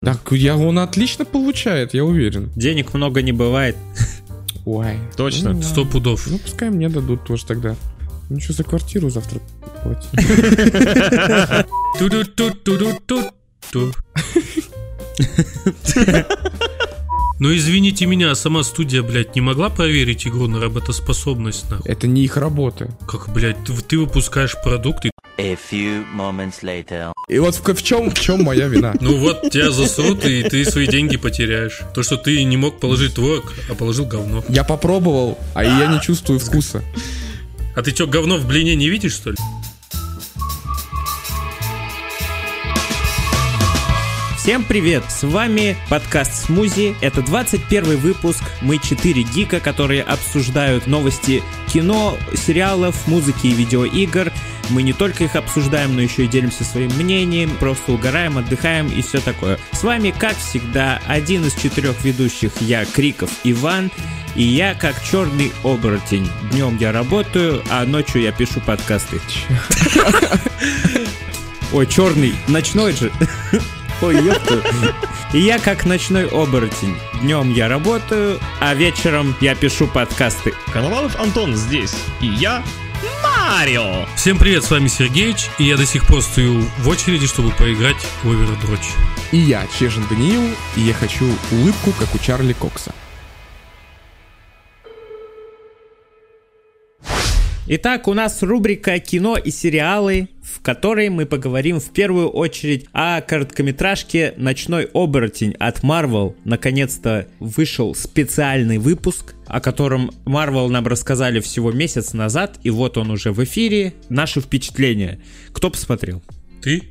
Так, он отлично получает, я уверен. Денег много не бывает. Ой. Точно, 100 пудов. Ну, пускай мне дадут тоже тогда. Ну что, за квартиру завтра платить? Ну извините меня, сама студия, блядь, не могла проверить игру на работоспособность, нахуй? Это не их работа. Как, блядь, ты выпускаешь продукты. A few moments later. И вот в чем моя вина? Ну вот, тебя засрут, и ты свои деньги потеряешь. То, что ты не мог положить творог, а положил говно. Я попробовал, а я не чувствую вкуса. А ты что, говно в блине не видишь, что ли? Всем привет! С вами подкаст «Смузи». Это 21 выпуск. Мы 4 гика, которые обсуждают новости кино, сериалов, музыки и видеоигр. Мы не только их обсуждаем, но еще и делимся своим мнением, просто угораем, отдыхаем и все такое. С вами, как всегда, один из 4 ведущих я, Криков Иван. И я как черный оборотень. Днем я работаю, а ночью я пишу подкасты. Ой, черный, ночной же. Ой, ёпта. И я как ночной оборотень. Днем я работаю, а вечером я пишу подкасты. Коновалов Антон здесь. И я Марио. Всем привет, с вами Сергеич, и я до сих пор стою в очереди, чтобы поиграть в Overwatch. И я Чежин Даниил, и я хочу улыбку, как у Чарли Кокса. Итак, у нас рубрика «Кино и сериалы», в которой мы поговорим в первую очередь о короткометражке «Ночной оборотень» от Marvel. Наконец-то вышел специальный выпуск, о котором Marvel нам рассказали всего месяц назад, и вот он уже в эфире. Наши впечатления. Кто посмотрел? Ты?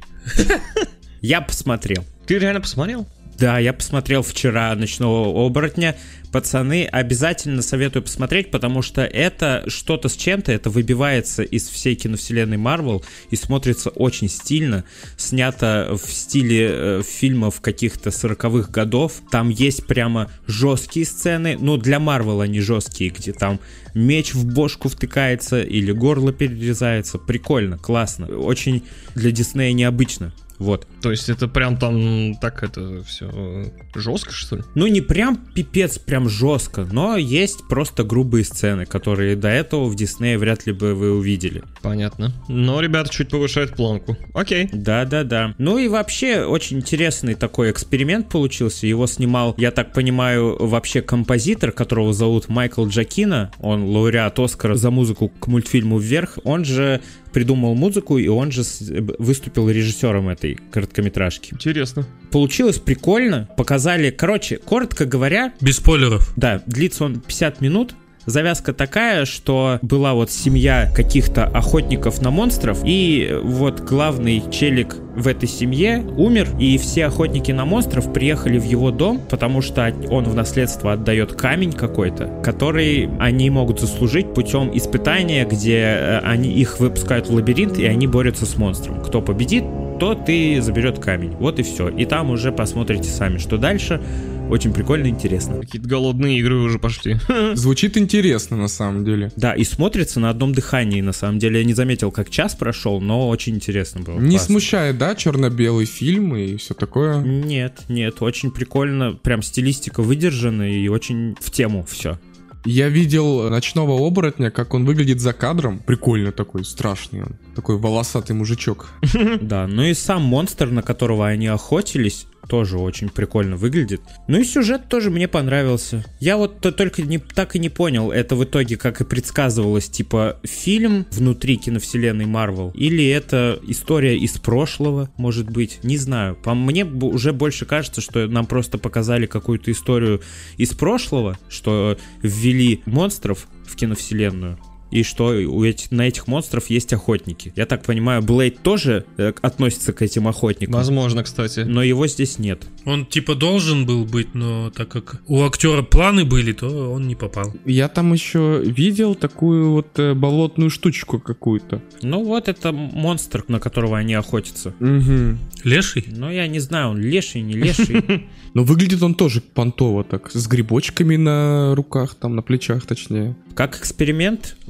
Я посмотрел. Ты реально посмотрел? Да, я посмотрел вчера «Ночного оборотня». Пацаны, обязательно советую посмотреть, потому что это что-то с чем-то, это выбивается из всей киновселенной Marvel и смотрится очень стильно, снято в стиле фильмов каких-то 40-х годов. Там есть прямо жесткие сцены, ну для Marvel они жесткие, где там меч в бошку втыкается или горло перерезается. Прикольно, классно, очень для Диснея необычно. Вот. То есть это прям там так это все жестко, что ли? Ну не прям пипец, прям жестко, но есть просто грубые сцены, которые до этого в Диснее вряд ли бы вы увидели. Понятно. Но ребята чуть повышают планку. Окей. Да. Ну и вообще очень интересный такой эксперимент получился. Его снимал, я так понимаю, вообще композитор, которого зовут Майкл Джакино. Он лауреат Оскара за музыку к мультфильму «Вверх». Он же придумал музыку, и он же выступил режиссером этой короткометражки. Интересно. Получилось прикольно. Показали, короче, коротко говоря... Без спойлеров. Да, длится он 50 минут. Завязка такая, что была вот семья каких-то охотников на монстров, и вот главный челик в этой семье умер, и все охотники на монстров приехали в его дом, потому что он в наследство отдает камень какой-то, который они могут заслужить путем испытания, где их выпускают в лабиринт, и они борются с монстром. Кто победит, тот и заберет камень. Вот и все. И там уже посмотрите сами, что дальше. Очень прикольно и интересно. Какие-то голодные игры уже пошли. Звучит интересно, на самом деле. Да, и смотрится на одном дыхании, на самом деле. Я не заметил, как час прошел, но очень интересно было. Не классно. Смущает, да, черно-белый фильм и все такое? Нет, очень прикольно. Прям стилистика выдержана и очень в тему все. Я видел «Ночного оборотня», как он выглядит за кадром. Прикольно такой, страшный он. Такой волосатый мужичок. Да, ну и сам монстр, на которого они охотились, тоже очень прикольно выглядит. Ну и сюжет тоже мне понравился. Я вот только так и не понял, это в итоге, как и предсказывалось, типа фильм внутри киновселенной Marvel, или это история из прошлого, может быть, не знаю. По мне уже больше кажется, что нам просто показали какую-то историю из прошлого, что ввели монстров в киновселенную, и что на этих монстров есть охотники. Я так понимаю, Блейд тоже относится к этим охотникам. Возможно, кстати. Но его здесь нет. Он типа должен был быть, но так как у актера планы были, то он не попал. Я там еще видел такую вот болотную штучку какую-то. Ну вот это монстр, на которого они охотятся. Угу. Леший? Ну я не знаю, он леший, не леший. Но выглядит он тоже понтово так, с грибочками на руках, там на плечах точнее. Как эксперимент, очень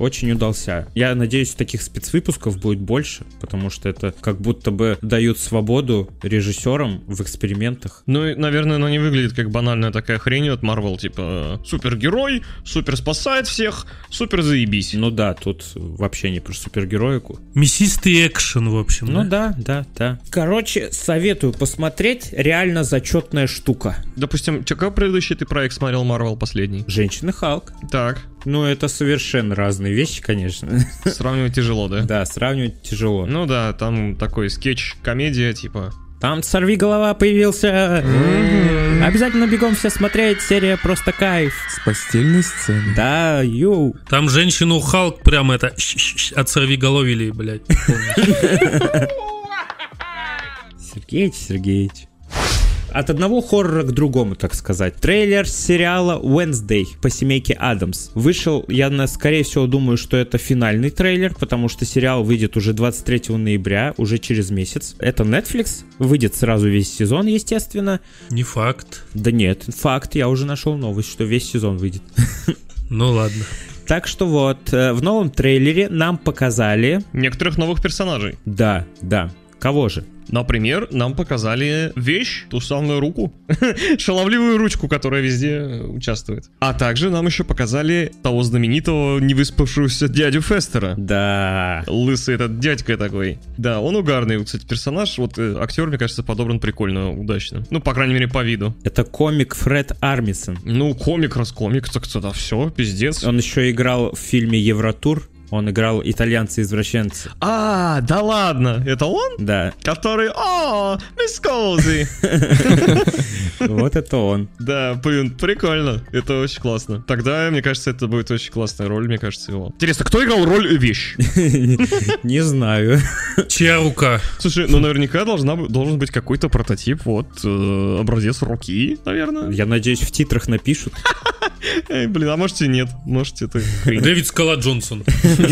очень удался. Я надеюсь, таких спецвыпусков будет больше, потому что это как будто бы дают свободу режиссерам в экспериментах. Ну, и, наверное, оно не выглядит как банальная такая хрень от Marvel, типа супергерой, супер спасает всех, супер заебись. Ну да, тут вообще не про супергероику. Мясистый экшен, в общем. Ну да. Короче, советую посмотреть, реально зачетная штука. Допустим, какой предыдущий ты проект смотрел Marvel последний? Женщина Халк. Так, Ну, это совершенно разные вещи, конечно. сравнивать тяжело, да? Да, сравнивать тяжело. Ну да, там такой скетч-комедия, типа... Там «Сорвиголова» появился. Обязательно бегом все смотреть, серия просто кайф. С постельной сцены. Да, Там женщину Халк прям это от сорвиголовили, блядь. Сергеич. От одного хоррора к другому, так сказать. Трейлер сериала Wednesday по семейке Адамс вышел. Я, скорее всего, думаю, что это финальный трейлер, потому что сериал выйдет уже 23 ноября, уже через месяц. Это Netflix. Выйдет сразу весь сезон, естественно. Не факт. Да нет, факт. Я уже нашел новость, что весь сезон выйдет. Ну ладно. Так что вот, в новом трейлере нам показали... Некоторых новых персонажей. Да. Кого же? Например, нам показали вещь, ту самую руку, шаловливую ручку, которая везде участвует. А также нам еще показали того знаменитого невыспавшегося дядю Фестера. Да. Лысый этот дядька такой. Да, он угарный, кстати, персонаж. Вот актер, мне кажется, подобран прикольно, удачно. Ну, по крайней мере, по виду. Это комик Фред Армисон. Ну, комик, так да, все, пиздец. Он еще играл в фильме «Евротур». Он играл итальянца-извращенца. А, да ладно, это он? Да. Который, мискози. Вот это он. Да, блин, прикольно. Это очень классно. Тогда, мне кажется, это будет очень классная роль, мне кажется, его. Интересно, кто играл роль вещь? Не знаю. Чья рука? Слушай, ну наверняка должен быть какой-то прототип, вот, образец руки, наверное. Я надеюсь, в титрах напишут. Эй, блин, а может и нет. Может это хрень. Дэвид Скала Джонсон.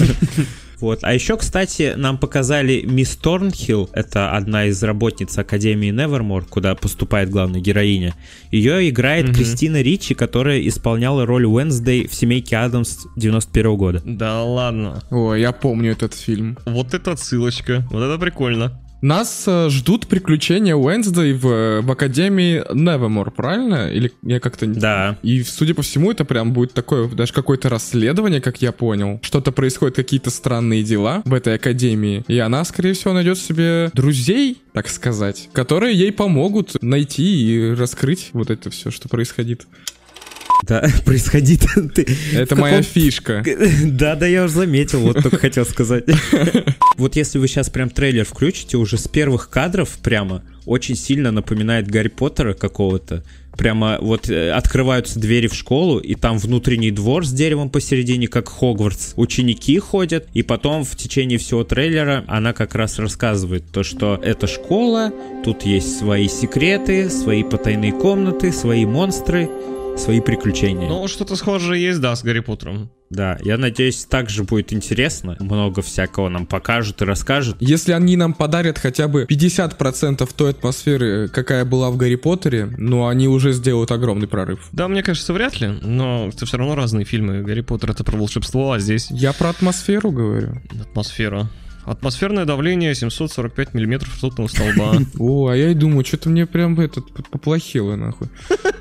Вот. А еще, кстати, нам показали мисс Торнхилл. Это одна из работниц Академии Невермор, куда поступает главная героиня. Ее играет Кристина Ричи, которая исполняла роль Уэнсдей в «Семейке Адамс» 91 года. Да ладно. Ой, я помню этот фильм. Вот это отсылочка. Вот это прикольно. Нас ждут приключения Уэнсдей в Академии Nevermore, правильно? Или я как-то... Да. И, судя по всему, это прям будет такое, даже какое-то расследование, как я понял. Что-то происходит, какие-то странные дела в этой Академии. И она, скорее всего, найдет себе друзей, так сказать, которые ей помогут найти и раскрыть вот это все, что происходит. Да, происходит. Это моя фишка. Да, я уже заметил, вот только хотел сказать. Вот если вы сейчас прям трейлер включите, уже с первых кадров прямо очень сильно напоминает Гарри Поттера какого-то. Прямо вот открываются двери в школу, и там внутренний двор с деревом посередине, как Хогвартс. Ученики ходят, и потом в течение всего трейлера она как раз рассказывает то, что это школа, тут есть свои секреты, свои потайные комнаты, свои монстры, свои приключения. Ну, что-то схожее есть, да, с Гарри Поттером. Да, я надеюсь, также будет интересно. Много всякого нам покажут и расскажут. Если они нам подарят хотя бы 50% той атмосферы, какая была в Гарри Поттере, ну, они уже сделают огромный прорыв. Да, мне кажется, вряд ли, но это все равно разные фильмы. Гарри Поттер — это про волшебство, а здесь... Я про атмосферу говорю. Атмосфера. Атмосферное давление 745 миллиметров ртутного столба. О, а я и думаю, что-то мне прям поплохело, нахуй.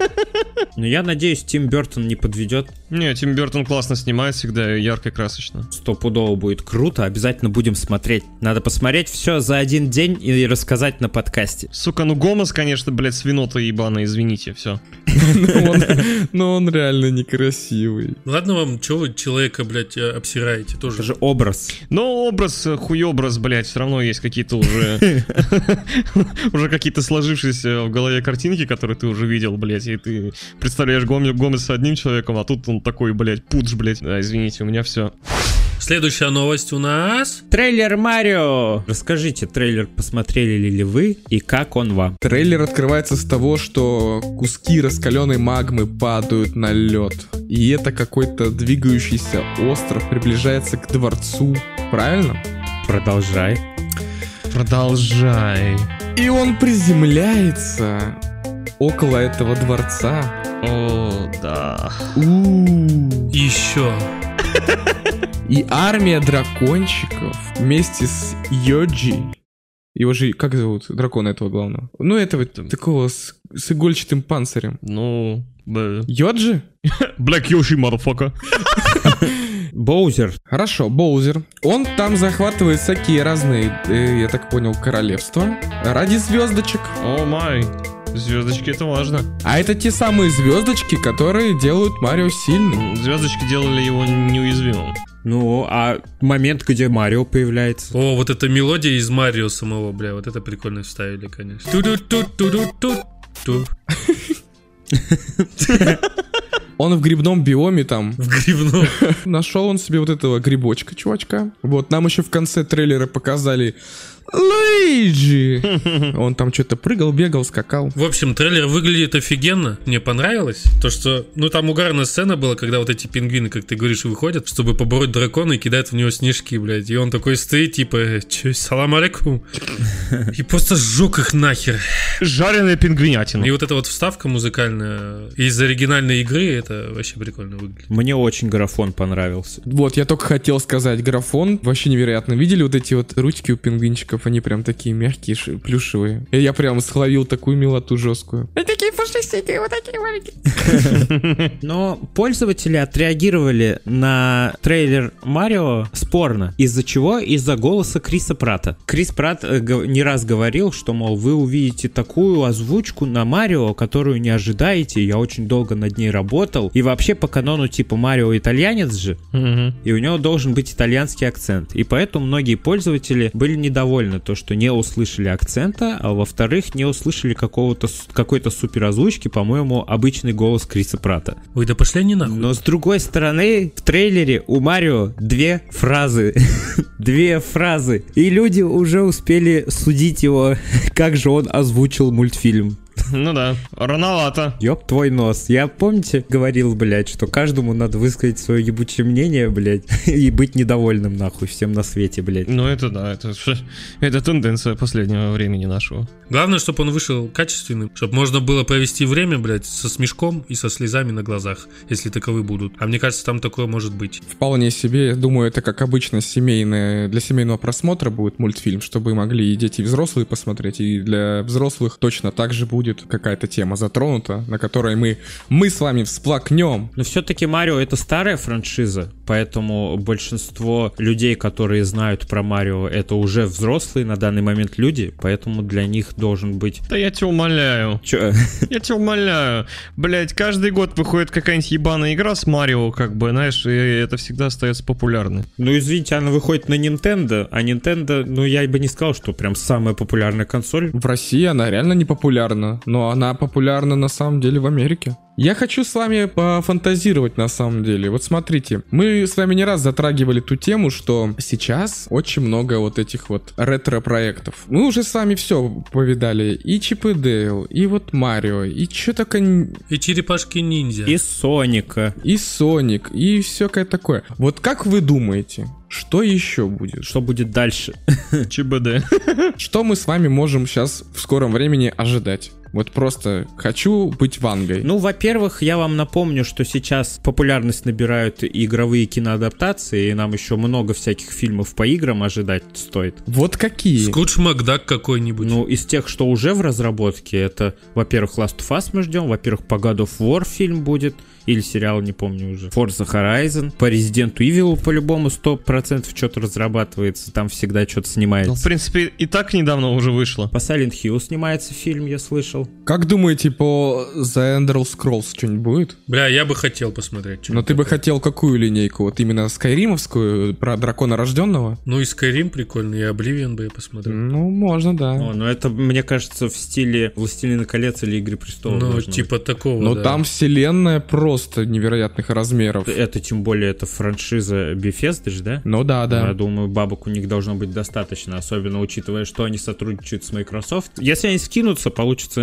Но я надеюсь, Тим Бёртон не подведет. Не, Тим Бёртон классно снимает, всегда ярко и красочно. Стопудово будет круто, обязательно будем смотреть. Надо посмотреть все за один день и рассказать на подкасте. Сука, ну Гомес, конечно, блядь, свинота ебаная, извините, все. Но он реально некрасивый. Ладно вам, чего вы человека, блядь, обсираете тоже? Это же образ. Но образ, хуёбраз, блядь, все равно есть какие-то уже... Уже какие-то сложившиеся в голове картинки, которые ты уже видел, блядь, и ты представляешь Гомеса одним человеком, а тут он такой, блядь, пудж, блядь. Да, извините, у меня все. Следующая новость у нас. Трейлер Марио. Расскажите, трейлер посмотрели ли вы и как он вам? Трейлер открывается с того, что куски раскаленной магмы падают на лед. И это какой-то двигающийся остров приближается к дворцу. Правильно? Продолжай. Продолжай. И он приземляется около этого дворца. О, да. Еще. И армия дракончиков вместе с Йоджи. Его же, как зовут, дракона этого главного? Ну, этого такого с игольчатым панцирем. Ну... Йоджи? Black Yoshi, motherfucker. Боузер. Хорошо, Боузер. Он там захватывает всякие разные, я так понял, королевства ради звездочек. О май. Звездочки — это важно. А это те самые звездочки, которые делают Марио сильным. Звездочки делали его неуязвимым. Ну, а момент, где Марио появляется. О, вот эта мелодия из Марио самого, бля, вот это прикольно вставили, конечно. Ту-ду-ту-ту-ду-ту-ту. Он в грибном биоме там. В грибном. Нашел он себе вот этого грибочка, чувачка. Вот, нам еще в конце трейлера показали Луиджи. Он там что-то прыгал, бегал, скакал. В общем, трейлер выглядит офигенно. Мне понравилось. То, что... Ну, там угарная сцена была, когда вот эти пингвины, как ты говоришь, выходят, чтобы побороть дракона и кидают в него снежки, блядь. И он такой стоит, типа, че, салам алейкум. И просто сжег их нахер. Жареная пингвинятина. И вот эта вот вставка музыкальная из оригинальной игры, это вообще прикольно выглядит. Мне очень графон понравился. Вот, я только хотел сказать, графон вообще невероятно. Видели вот эти вот ручки у пингвинчиков? Они прям такие мягкие, плюшевые. И я прям словил такую милоту жесткую. Они такие пушистые, вот такие маленькие. Но пользователи отреагировали на трейлер Марио спорно. Из-за чего? Из-за голоса Криса Пратта. Крис Пратт не раз говорил, что, мол, вы увидите такую озвучку на Марио, которую не ожидаете. Я очень долго над ней работал. И вообще по канону типа Марио итальянец же. И у него должен быть итальянский акцент. И поэтому многие пользователи были недовольны то, что не услышали акцента, а во-вторых, не услышали какой-то супер озвучки, по-моему, обычный голос Криса Пратта. Ой, да пошли они нахуй. Но с другой стороны, в трейлере у Марио 2 фразы. 2 фразы. И люди уже успели судить его, как же он озвучил мультфильм. Ну да, рановато. Ёб твой нос. Я, помните, говорил, блядь, что каждому надо высказать свое ебучее мнение, блядь, и быть недовольным, нахуй, всем на свете, блядь. Ну это да, это тенденция последнего времени нашего. Главное, чтобы он вышел качественным, чтобы можно было провести время, блядь, со смешком и со слезами на глазах, если таковы будут. А мне кажется, там такое может быть. Вполне себе. Я думаю, это, как обычно, для семейного просмотра будет мультфильм, чтобы могли и дети, и взрослые посмотреть. И для взрослых точно так же будет какая-то тема затронута, на которой мы с вами всплакнем. Но все-таки Марио — это старая франшиза, поэтому большинство людей, которые знают про Марио, это уже взрослые на данный момент люди, поэтому для них должен быть... Да я тебя умоляю. Чё? Я тебя умоляю. Блять, каждый год выходит какая-нибудь ебаная игра с Марио, как бы, знаешь, и это всегда остается популярной. Ну, извините, она выходит на Nintendo, а Nintendo, ну, я бы не сказал, что прям самая популярная консоль. В России она реально не популярна, но она популярна на самом деле в Америке. Я хочу с вами пофантазировать на самом деле. Вот смотрите, мы с вами не раз затрагивали ту тему, что сейчас очень много вот этих вот ретро-проектов. Мы уже с вами все повидали. И Чип и Дейл, и вот Марио, и что только... И Черепашки-ниндзя. И Соника. И Соник, и все такое. Вот как вы думаете, что еще будет? Что будет дальше? ЧБД. Что мы с вами можем сейчас в скором времени ожидать? Вот просто хочу быть Вангой. Ну, во-первых, я вам напомню, что сейчас популярность набирают игровые киноадаптации, и нам еще много всяких фильмов по играм ожидать стоит. Вот какие? Скрудж Макдак какой-нибудь. Ну, из тех, что уже в разработке, это, во-первых, Last of Us мы ждем, во-первых, по God of War фильм будет, или сериал, не помню уже. Forza Horizon. По Resident Evil по-любому 100% что-то разрабатывается, там всегда что-то снимается. Ну, в принципе, и так недавно уже вышло. По Silent Hill снимается фильм, я слышал. Как думаете, по The Elder Scrolls что-нибудь будет? Бля, я бы хотел посмотреть. Но ты бы хотел какую линейку? Вот именно скайримовскую, про дракона рожденного? Ну и Skyrim прикольный, и Oblivion бы я посмотрел. Ну, можно, да. О, ну это, мне кажется, в стиле «Властелина колец» или «Игры престолов». Ну, типа такого, но да. там вселенная просто невероятных размеров. Это, тем более, это франшиза Bethesda же, да? Ну да. Я думаю, бабок у них должно быть достаточно, особенно учитывая, что они сотрудничают с Microsoft. Если они скинутся, получится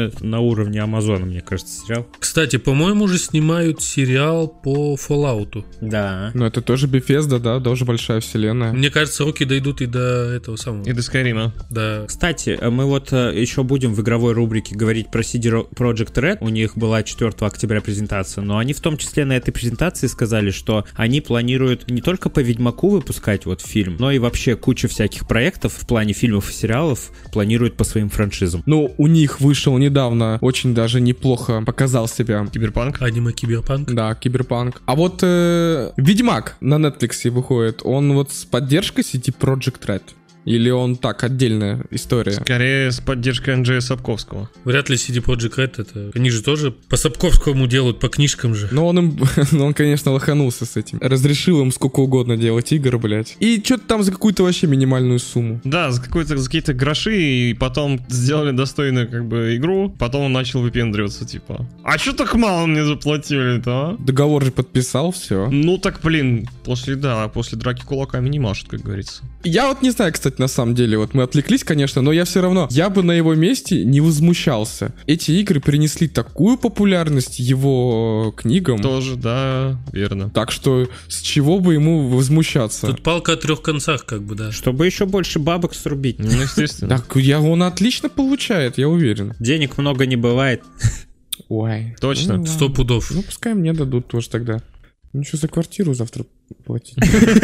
примерно на уровне Амазона, мне кажется, сериал. Кстати, по-моему, уже снимают сериал по Fallout. Да. Но это тоже Bethesda, да, тоже большая вселенная. Мне кажется, руки дойдут и до этого самого. И до Skyrim. Да. Кстати, мы вот еще будем в игровой рубрике говорить про CD Projekt Red. У них была 4 октября презентация, но они в том числе на этой презентации сказали, что они планируют не только по Ведьмаку выпускать вот фильм, но и вообще кучу всяких проектов в плане фильмов и сериалов планируют по своим франшизам. Ну, у них вышел недавно, очень даже неплохо показал себя. Киберпанк. Аниме Киберпанк. Да, Киберпанк. А вот Ведьмак на Netflix выходит, он вот с поддержкой CD Projekt Red? Или он так, отдельная история? Скорее с поддержкой Анджея Сапковского. Вряд ли CD Projekt Red это... Они же тоже по Сапковскому делают, по книжкам же. Ну, он, конечно, лоханулся с этим. Разрешил им сколько угодно делать игр, блядь. И что-то там за какую-то вообще минимальную сумму. Да, за какие-то гроши, и потом сделали достойную как бы игру, потом он начал выпендриваться, типа, а что так мало мне заплатили-то, а? Договор же подписал, все. Ну так, блин, после драки кулаками не машут, как говорится. Я вот не знаю, кстати, на самом деле, вот мы отвлеклись, конечно, но я все равно, я бы на его месте не возмущался. Эти игры принесли такую популярность его книгам. Тоже, да, верно. Так что с чего бы ему возмущаться? Тут палка о 3 концах, как бы, да. Чтобы еще больше бабок срубить. Ну, естественно. Так, он отлично получает, я уверен. Денег много не бывает. Ой. Точно. Ну, 100 пудов. Ну, пускай мне дадут тоже тогда. Ну, что за квартиру завтра платить?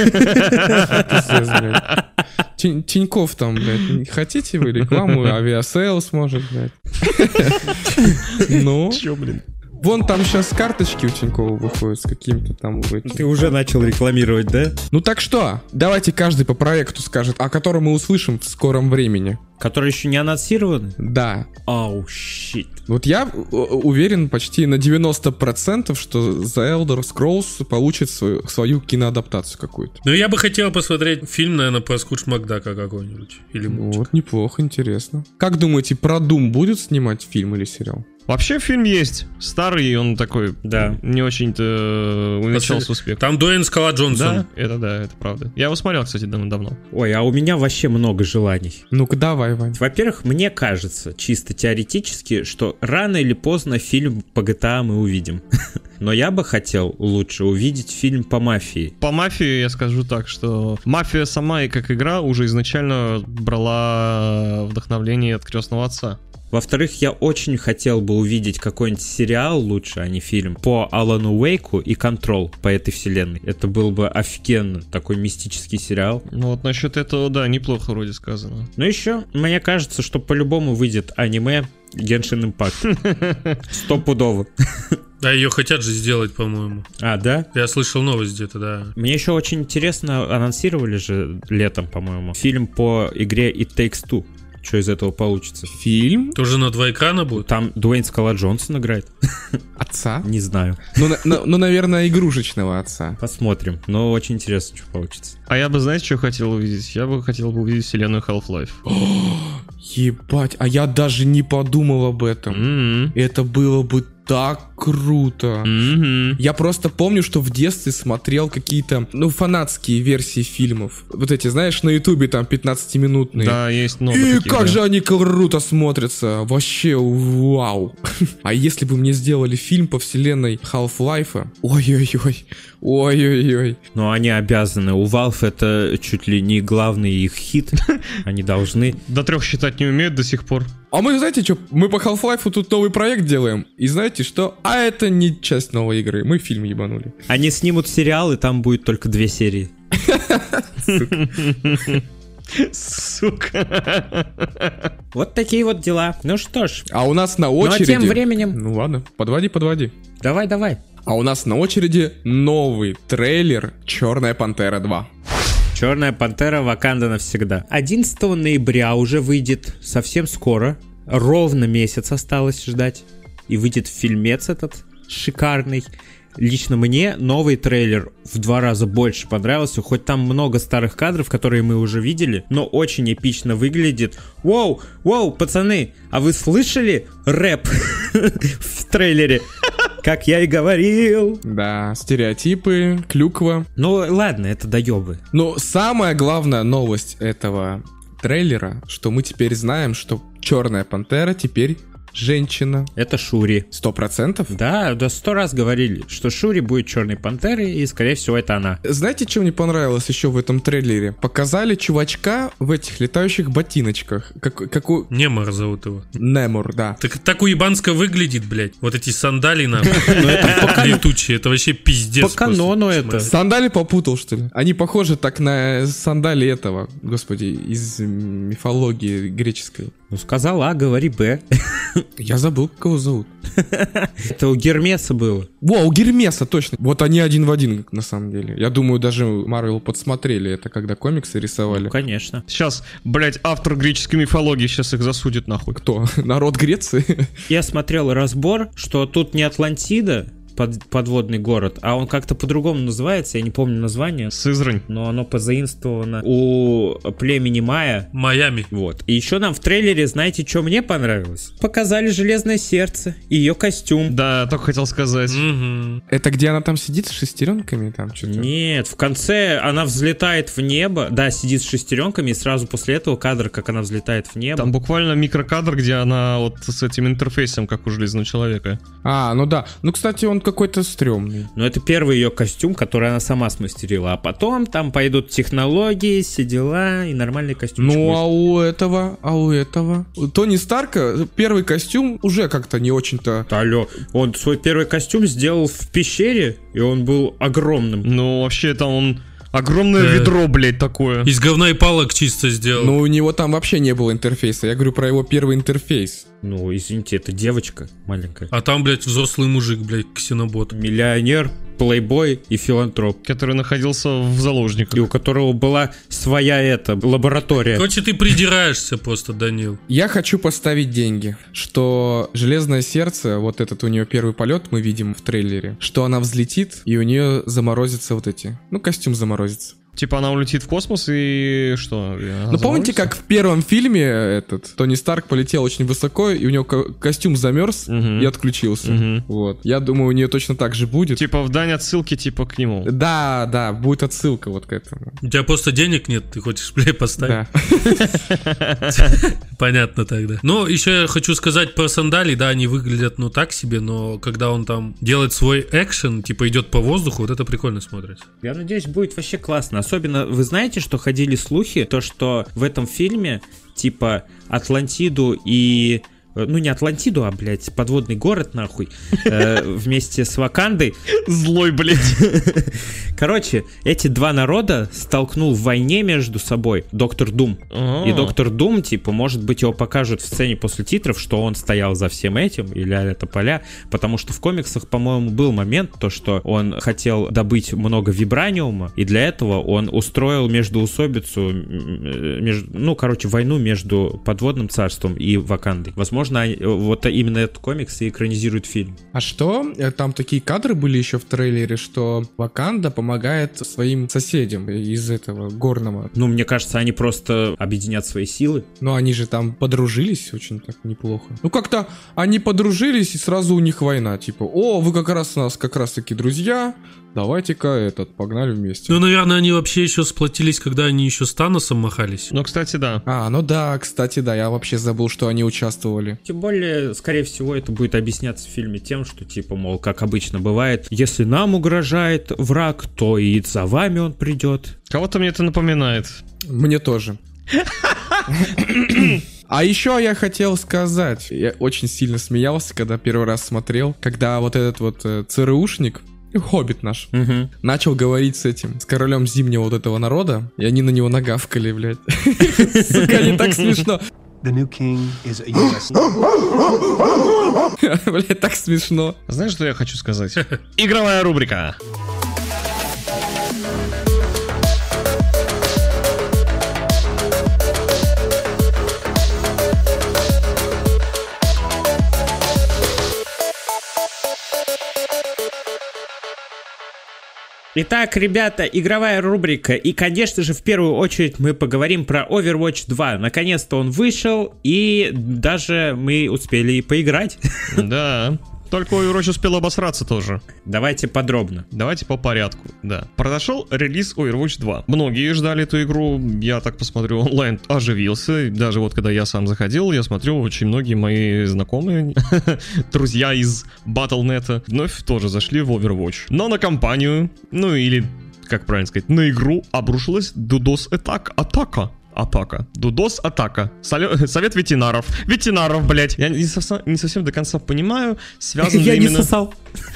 Тинькофф там, блядь. Хотите вы рекламу? Авиасейлс может, блядь. Ну? Чё, блин? Вон там сейчас карточки у Тинькова выходят с каким-то там... Ты уже начал рекламировать, да? Ну так что, давайте каждый по проекту скажет, о котором мы услышим в скором времени. Которые еще не анонсированы? Да. Оу, щит. Вот я уверен почти на 90%, что The Elder Scrolls получит свою киноадаптацию какую-то. Ну, я бы хотел посмотреть фильм, наверное, про Скудж Макдака какой-нибудь. Или мультик. Вот, неплохо, интересно. Как думаете, про Doom будет снимать фильм или сериал? Вообще фильм есть. Старый, он такой, Да. не очень-то увенчался успехом. Там Дуэйн Скала Джонсон. Да, это правда. Я его смотрел, кстати, давно. Ой, а у меня вообще много желаний. Ну-ка, давай, Вань. Во-первых, мне кажется, чисто теоретически, что рано или поздно фильм по GTA мы увидим. Но я бы хотел лучше увидеть фильм по мафии. По мафии я скажу так, что мафия сама и как игра уже изначально брала вдохновление от «Крестного отца». Во-вторых, я очень хотел бы увидеть какой-нибудь сериал лучше, а не фильм, по Алану Уэйку и Control по этой вселенной. Это был бы офигенно, такой мистический сериал. Ну вот насчет этого, да, неплохо вроде сказано. Ну еще, мне кажется, что по-любому выйдет аниме Genshin Impact. Стопудово. Да, ее хотят же сделать, по-моему. А, да? Я слышал новость где-то, да. Мне еще очень интересно, анонсировали же летом, по-моему, фильм по игре It Takes Two. Что из этого получится? Фильм? Тоже на 2 экрана будет? Там Дуэйн Скала Джонсон играет. Отца? Не знаю. Ну, наверное, игрушечного отца. Посмотрим. Но очень интересно, что получится. А я бы, знаете, что хотел увидеть? Я бы хотел увидеть вселенную Half-Life. Ебать, а я даже не подумал об этом. Это было бы так круто. Я просто помню, что в детстве смотрел какие-то, фанатские версии фильмов. Вот эти, знаешь, на ютубе там 15-минутные. Да, есть много И таких, как да. же они круто смотрятся. Вообще, вау. А если бы мне сделали фильм по вселенной Half-Life? Ой-ой-ой. Ой-ой-ой. Но они обязаны. У Valve это чуть ли не главный их хит. Они должны. До 3 считать не умеют до сих пор. А мы, знаете что, мы по Half-Life тут новый проект делаем. И знаете что? А это не часть новой игры. Мы фильм ебанули. Они снимут сериал, и там будет только 2 серии. Сука. Вот такие вот дела. Ну что ж. А у нас на Ну а очереди... тем временем... Ну ладно, подводи. Давай. А у нас на очереди новый трейлер «Черная пантера 2». Черная пантера Ваканда навсегда. 11 ноября уже выйдет совсем скоро. Ровно месяц осталось ждать. И выйдет фильмец этот шикарный. Лично мне новый трейлер в 2 раза больше понравился. Хоть там много старых кадров, которые мы уже видели, но очень эпично выглядит. Воу, пацаны, а вы слышали рэп в трейлере? Как я и говорил. Да, стереотипы, клюква. Ну ладно, это доебы. Но самая главная новость этого трейлера, что мы теперь знаем, что Черная пантера теперь женщина. Это Шури. 100%? Да, 100 раз говорили, что Шури будет Черной Пантерой, и, скорее всего, это она. Знаете, что мне понравилось еще в этом трейлере? Показали чувачка в этих летающих ботиночках. Как у... Немор зовут его. Немор, да. Так уебанско выглядит, блядь. Вот эти сандали нахуй. Летучие, это вообще пиздец. По канону это. Сандали попутал, что ли? Они похожи так на сандали этого, господи, из мифологии греческой. Ну, сказал А, говори Б. Я забыл, как его зовут. Это у Гермеса было. Во, у Гермеса, точно. Вот они один в один, на самом деле. Я думаю, даже Марвел подсмотрели это, когда комиксы рисовали. Ну, конечно. Сейчас, блядь, автор греческой мифологии сейчас их засудит нахуй. Кто? Народ Греции? Я смотрел разбор, что тут не Атлантида, подводный город, а он как-то по-другому называется, я не помню название. Сызрань. Но оно позаимствовано у племени Майя. Майами. Вот. И еще нам в трейлере, знаете, что мне понравилось? Показали Железное Сердце, ее костюм. Да, только хотел сказать. Это где она там сидит с шестеренками? Там что-то? Нет, в конце она взлетает в небо, да, сидит с шестеренками, и сразу после этого кадр, как она взлетает в небо. Там буквально микрокадр, где она вот с этим интерфейсом, как у Железного Человека. А, ну да. Ну, кстати, он какой-то стрёмный. Но это первый ее костюм, который она сама смастерила. А потом там пойдут технологии, все дела и нормальный костюм. Ну, а у этого? У Тони Старка первый костюм уже как-то не очень-то... Алло, он свой первый костюм сделал в пещере, и он был огромным. Ну, вообще там он... Огромное ведро, блядь, такое. Из говна и палок чисто сделал. Ну, у него там вообще не было интерфейса. Я говорю про его первый интерфейс. Ну, извините, это девочка маленькая. А там, блядь, взрослый мужик, блядь, ксенобот. Миллионер, плейбой и филантроп. Который находился в заложниках. И у которого была своя лаборатория. Короче, ты придираешься просто, Данил. Я хочу поставить деньги, что Железное Сердце, вот этот у нее первый полет мы видим в трейлере, что она взлетит и у нее заморозятся вот эти, ну, костюм заморозится. Типа она улетит в космос и что? Ну, помните, как в первом фильме этот Тони Старк полетел очень высоко, и у него костюм замерз и отключился. Вот. Я думаю, у нее точно так же будет. Типа в дань отсылки типа к нему. Да, будет отсылка вот к этому. У тебя просто денег нет, ты хочешь, блядь, поставить? Да. Понятно тогда. Но еще я хочу сказать про сандали, да, они выглядят, ну, так себе, но когда он там делает свой экшен, типа идет по воздуху, вот это прикольно смотрится. Я надеюсь, будет вообще классно. Особенно, вы знаете, что ходили слухи, то, что в этом фильме, типа, Атлантиду и... Ну, не Атлантиду, а, блядь, подводный город, нахуй, вместе с Вакандой. Злой, блядь. Короче, эти два народа столкнул в войне между собой Доктор Дум. И Доктор Дум, типа, может быть, его покажут в сцене после титров, что он стоял за всем этим, или это поля, потому что в комиксах, по-моему, был момент, то, что он хотел добыть много вибраниума, и для этого он устроил междоусобицу, войну между подводным царством и Вакандой. Возможно, вот именно этот комикс и экранизирует фильм. А что? Там такие кадры были еще в трейлере, что Ваканда помогает своим соседям из этого горного. Ну, мне кажется, они просто объединят свои силы. Но они же там подружились очень так неплохо. Ну, как-то они подружились, и сразу у них война. Типа, о, вы как раз у нас как раз-таки друзья, давайте-ка погнали вместе. Ну, наверное, они вообще еще сплотились, когда они еще с Таносом махались. Ну, кстати, да. Кстати, да, я вообще забыл, что они участвовали. Тем более, скорее всего, это будет объясняться в фильме тем, что, типа, мол, как обычно бывает, если нам угрожает враг, то и за вами он придет. Кого-то мне это напоминает. Мне тоже. А еще я хотел сказать, я очень сильно смеялся, когда первый раз смотрел, когда вот этот вот ЦРУшник, Хоббит наш, начал говорить с королем зимнего вот этого народа, и они на него нагавкали, блядь. Сука, не так смешно. The new king is a US. Блядь, так смешно. Знаешь, что я хочу сказать? Игровая рубрика. Итак, ребята, игровая рубрика. И, конечно же, в первую очередь мы поговорим про Overwatch 2. Наконец-то он вышел, и даже мы успели поиграть. Да. Только Overwatch успел обосраться тоже. Давайте подробно. Давайте по порядку, да. Произошел релиз Overwatch 2. Многие ждали эту игру, я так посмотрю, онлайн оживился. Даже вот когда я сам заходил, я смотрю, очень многие мои знакомые, друзья из Battle.net, вновь тоже зашли в Overwatch. Но на компанию, ну или, как правильно сказать, на игру обрушилась DDoS-атака. DDoS-атака. Совет ветеринаров. Ветеринаров, блять. Я не совсем до конца понимаю, связан ли именно... Я не сосал.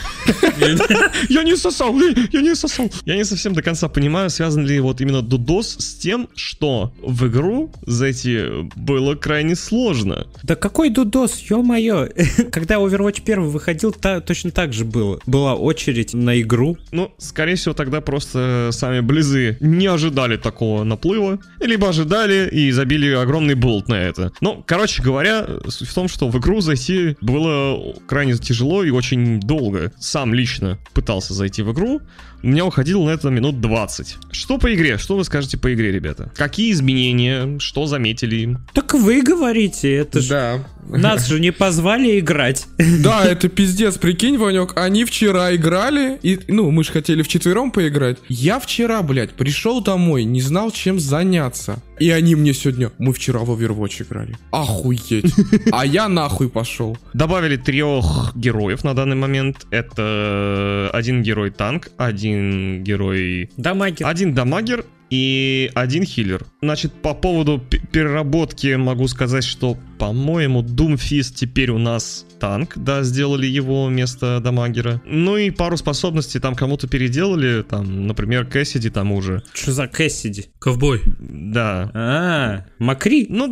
Я не сосал. Я не совсем до конца понимаю, связан ли вот именно DDoS с тем, что в игру зайти было крайне сложно. Да какой DDoS, ё-моё. Когда Overwatch 1 выходил, точно так же было. Была очередь на игру. Ну, скорее всего, тогда просто сами Близы не ожидали такого наплыва, либо ожидали и забили огромный болт на это. Ну, короче говоря, суть в том, что в игру зайти было крайне тяжело и очень долго. Сам лично пытался зайти в игру, у меня уходило на это минут 20. Что по игре? Что вы скажете по игре, ребята? Какие изменения? Что заметили? Так вы говорите, это же... Да. Нас же не позвали играть. Да, это пиздец, прикинь, Ванек, они вчера играли, и, ну, мы же хотели вчетвером поиграть. Я вчера, блядь, пришел домой, не знал, чем заняться. И они мне сегодня, мы вчера в Overwatch играли. Охуеть. А я нахуй пошел. Добавили 3 героев на данный момент. Это один герой танк, один герой... Дамагер. Один дамагер и один хиллер. Значит, по поводу переработки могу сказать, что, по-моему, Doomfist теперь у нас танк, да, сделали его вместо дамагера. Ну и пару способностей там кому-то переделали, там, например, Кэссиди тому же. Что за Кэссиди? Ковбой. Да. Макри? Ну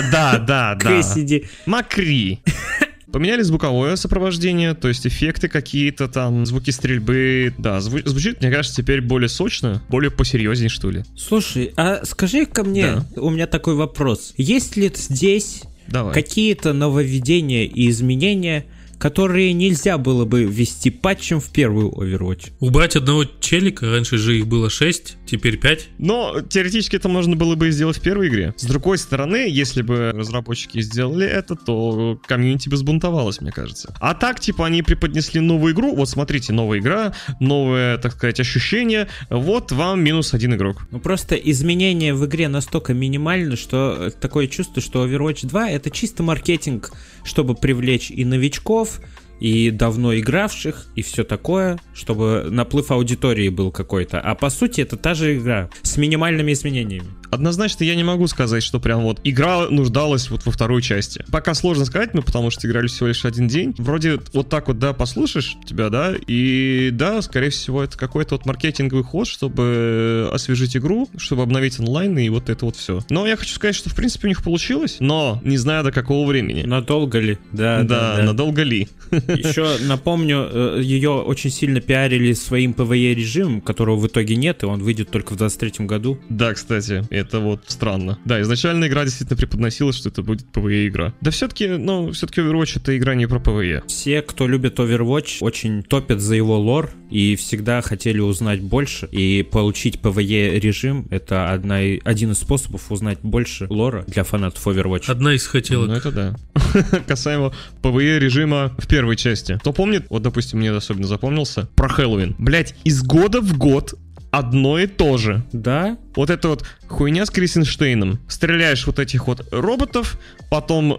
да. Кэссиди. Макри. Поменяли звуковое сопровождение, то есть эффекты какие-то там, звуки стрельбы. Да, звучит, мне кажется, теперь более сочно, более посерьезнее, что ли. Слушай, а скажи-ка мне, у меня такой вопрос. Есть ли здесь какие-то нововведения и изменения, которые нельзя было бы ввести патчем в первую Overwatch? Убрать одного челика, раньше же их было 6, теперь 5. Но теоретически это можно было бы сделать в первой игре. С другой стороны, если бы разработчики сделали это, то комьюнити бы сбунтовалось, мне кажется. А так, типа, они преподнесли новую игру. Вот смотрите, новая игра, новое, так сказать, ощущение. Вот вам -1 игрок. Ну просто изменения в игре настолько минимальны, что такое чувство, что Overwatch 2 это чисто маркетинг, чтобы привлечь и новичков, и давно игравших, и все такое, чтобы наплыв аудитории был какой-то. А по сути это та же игра с минимальными изменениями. Однозначно я не могу сказать, что прям вот игра нуждалась вот во второй части. Пока сложно сказать, ну потому что играли всего лишь один день. Вроде вот так вот, да, послушаешь тебя, да, и да, скорее всего это какой-то вот маркетинговый ход, чтобы освежить игру, чтобы обновить онлайн и вот это вот все. Но я хочу сказать, что в принципе у них получилось, но не знаю до какого времени. Надолго ли? Да, надолго ли. Еще напомню, ее очень сильно пиарили своим PvE режимом, которого в итоге нет, и он выйдет только в 23-м году. Да, кстати, это вот странно. Да, изначально игра действительно преподносилась, что это будет PvE игра. Да все-таки Overwatch это игра не про PvE. Все, кто любит Overwatch, очень топят за его лор и всегда хотели узнать больше. И получить PvE режим — это один из способов узнать больше лора для фанатов Overwatch. Одна из хотелок. Ну это да. Касаемо PvE режима в первой части. Кто помнит, вот допустим, мне особенно запомнился, про Хэллоуин. Блять, из года в год одно и то же. Да? Вот это вот хуйня с Крисенштейном. Стреляешь вот этих вот роботов, потом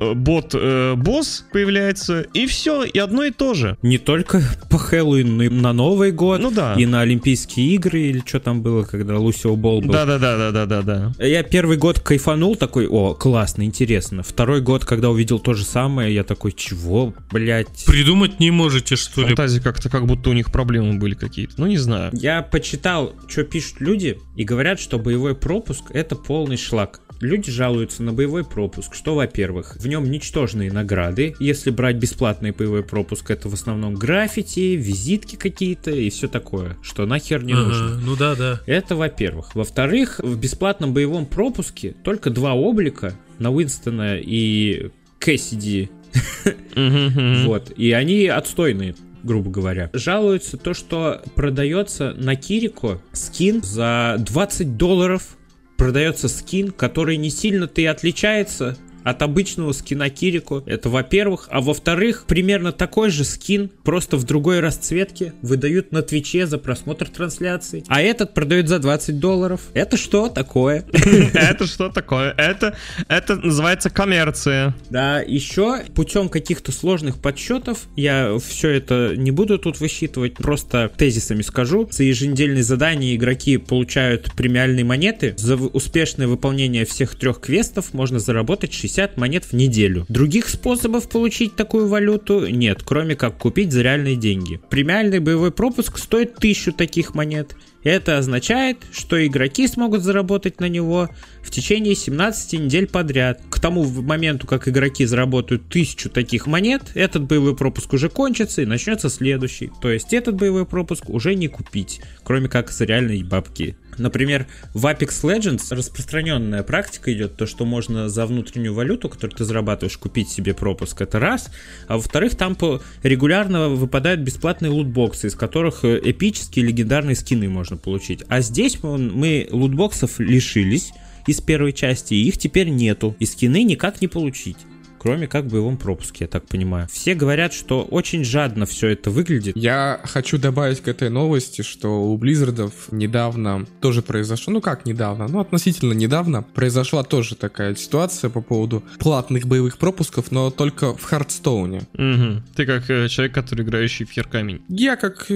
босс появляется, и все, и одно и то же. Не только по Хэллоуину, но и на Новый год, ну да, и на Олимпийские игры, или что там было, когда Лусио Болл был. Да. Я первый год кайфанул, такой, о, классно, интересно. Второй год, когда увидел то же самое, я такой, чего, блять? Придумать не можете, что ли? Фантазии как будто у них проблемы были какие-то, ну не знаю. Я почитал, что пишут люди, и говорят, что боевой пропуск — это полный шлак. Люди жалуются на боевой пропуск, что, во-первых, в нем ничтожные награды. Если брать бесплатный боевой пропуск, это в основном граффити, визитки какие-то и все такое, что нахер не нужно. Ну да. Это, во-первых. Во-вторых, в бесплатном боевом пропуске только 2 облика на Уинстона и Кэссиди. Вот. И они отстойные, грубо говоря. Жалуются то, что продается на Кирико скин за $20. Продается скин, который не сильно-то и отличается от обычного скина Кирико. Это во-первых. А во-вторых, примерно такой же скин, просто в другой расцветке, выдают на Твиче за просмотр трансляции. А этот продают за $20. Это что такое? Это что такое? Это называется коммерция. Да, еще путем каких-то сложных подсчетов, я все это не буду тут высчитывать, просто тезисами скажу. За еженедельные задания игроки получают премиальные монеты. За успешное выполнение всех 3 квестов можно заработать 60 монет в неделю. Других способов получить такую валюту нет, кроме как купить за реальные деньги. Премиальный боевой пропуск стоит 1000 таких монет. Это означает, что игроки смогут заработать на него в течение 17 недель подряд. К тому моменту, как игроки заработают 1000 таких монет, этот боевой пропуск уже кончится и начнется следующий. То есть этот боевой пропуск уже не купить, кроме как за реальные бабки. Например, в Apex Legends распространенная практика идет, то, что можно за внутреннюю валюту, которую ты зарабатываешь, купить себе пропуск, это раз. А во-вторых, там регулярно выпадают бесплатные лутбоксы, из которых эпические легендарные скины можно получить. А здесь мы лутбоксов лишились из первой части, и их теперь нету. И скины никак не получить, кроме как в боевом пропуске, я так понимаю. Все говорят, что очень жадно все это выглядит. Я хочу добавить к этой новости, что у Близзардов недавно тоже произошло, ну как недавно, ну относительно недавно произошла тоже такая ситуация по поводу платных боевых пропусков, но только в Хардстоуне. Угу. Ты как человек, который играющий в Херкамень. Я как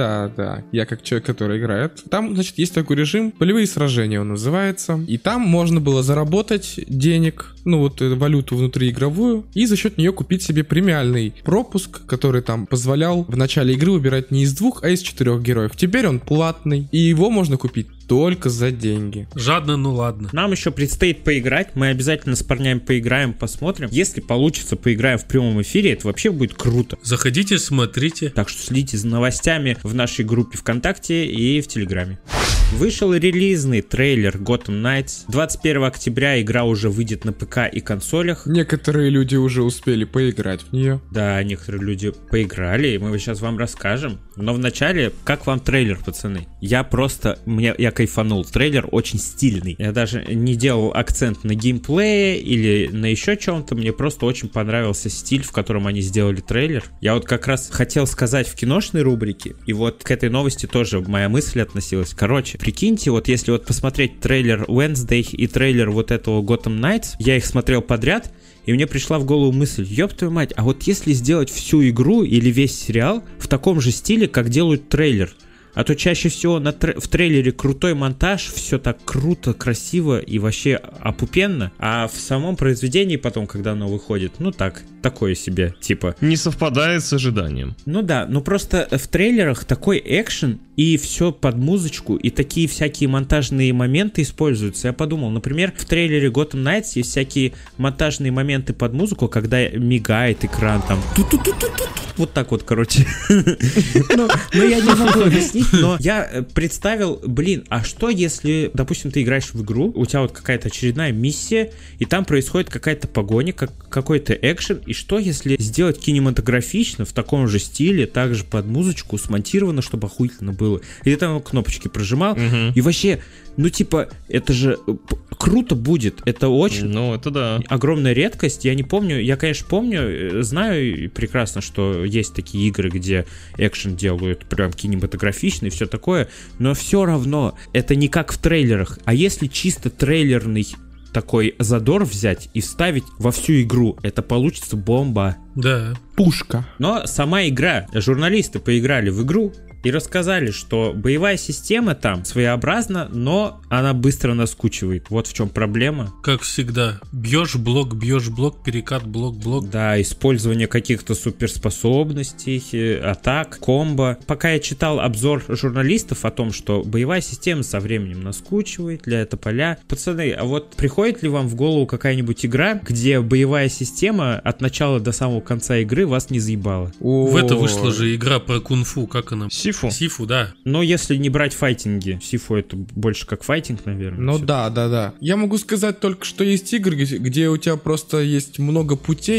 человек, который играет. Там, значит, есть такой режим, полевые сражения он называется, и там можно было заработать денег, ну вот валюту внутриигровую, и за счет нее купить себе премиальный пропуск, который там позволял в начале игры выбирать не из 2, а из 4 героев. Теперь он платный, и его можно купить только за деньги. Жадно, ну ладно. Нам еще предстоит поиграть, мы обязательно с парнями поиграем, посмотрим. Если получится, поиграем в прямом эфире, это вообще будет круто. Заходите, смотрите. Так что следите за новостями в нашей группе ВКонтакте и в Телеграме. Вышел релизный трейлер Gotham Knights. 21 октября игра уже выйдет на ПК и консолях. Некоторые люди уже успели поиграть в нее. Да, некоторые люди поиграли, и мы сейчас вам расскажем. Но вначале, как вам трейлер, пацаны? Я кайфанул. Трейлер очень стильный. Я даже не делал акцент на геймплее или на еще чем-то. Мне просто очень понравился стиль, в котором они сделали трейлер. Я вот как раз хотел сказать в киношной рубрике, и вот к этой новости тоже моя мысль относилась. Короче, прикиньте, вот если вот посмотреть трейлер Wednesday и трейлер вот этого Gotham Knights, я их смотрел подряд, и мне пришла в голову мысль, ёб твою мать, а вот если сделать всю игру или весь сериал в таком же стиле, как делают трейлер, а то чаще всего в трейлере крутой монтаж, все так круто, красиво и вообще опупенно, а в самом произведении потом, когда оно выходит, ну так, такое себе, типа. Не совпадает с ожиданием. Ну да, ну просто в трейлерах такой экшен и все под музычку, и такие всякие монтажные моменты используются. Я подумал, например, в трейлере Gotham Knights есть всякие монтажные моменты под музыку, когда мигает экран там. Вот так вот, короче. Ну, я не могу объяснить, но я представил, а что если, допустим, ты играешь в игру, у тебя вот какая-то очередная миссия, и там происходит какая-то погоня, какой-то экшен, и что если сделать кинематографично, в таком же стиле, также под музычку, смонтировано, чтобы охуительно было. И ты там кнопочки прожимал, и вообще, ну типа, это же круто будет, это очень это да. Огромная редкость, я не помню, я, конечно, помню, знаю прекрасно, что есть такие игры, где экшен делают прям кинематографично и все такое, но все равно это не как в трейлерах, а если чисто трейлерный такой задор взять и вставить во всю игру, это получится бомба. Да. Пушка. Но сама игра, журналисты поиграли в игру и рассказали, что боевая система там своеобразна, но она быстро наскучивает. Вот в чем проблема. Как всегда. Бьешь блок, перекат, блок. Да, использование каких-то суперспособностей, атак, комбо. Пока я читал обзор журналистов о том, что боевая система со временем наскучивает для тополя. Пацаны, а вот приходит ли вам в голову какая-нибудь игра, где боевая система от начала до самого конца игры вас не заебала? В это вышла же игра про кунг-фу, как она? Сифу, да. Но если не брать файтинги, Сифу это больше как файтинг, наверное. Ну да. Я могу сказать только, что есть игры, где у тебя просто есть много путей,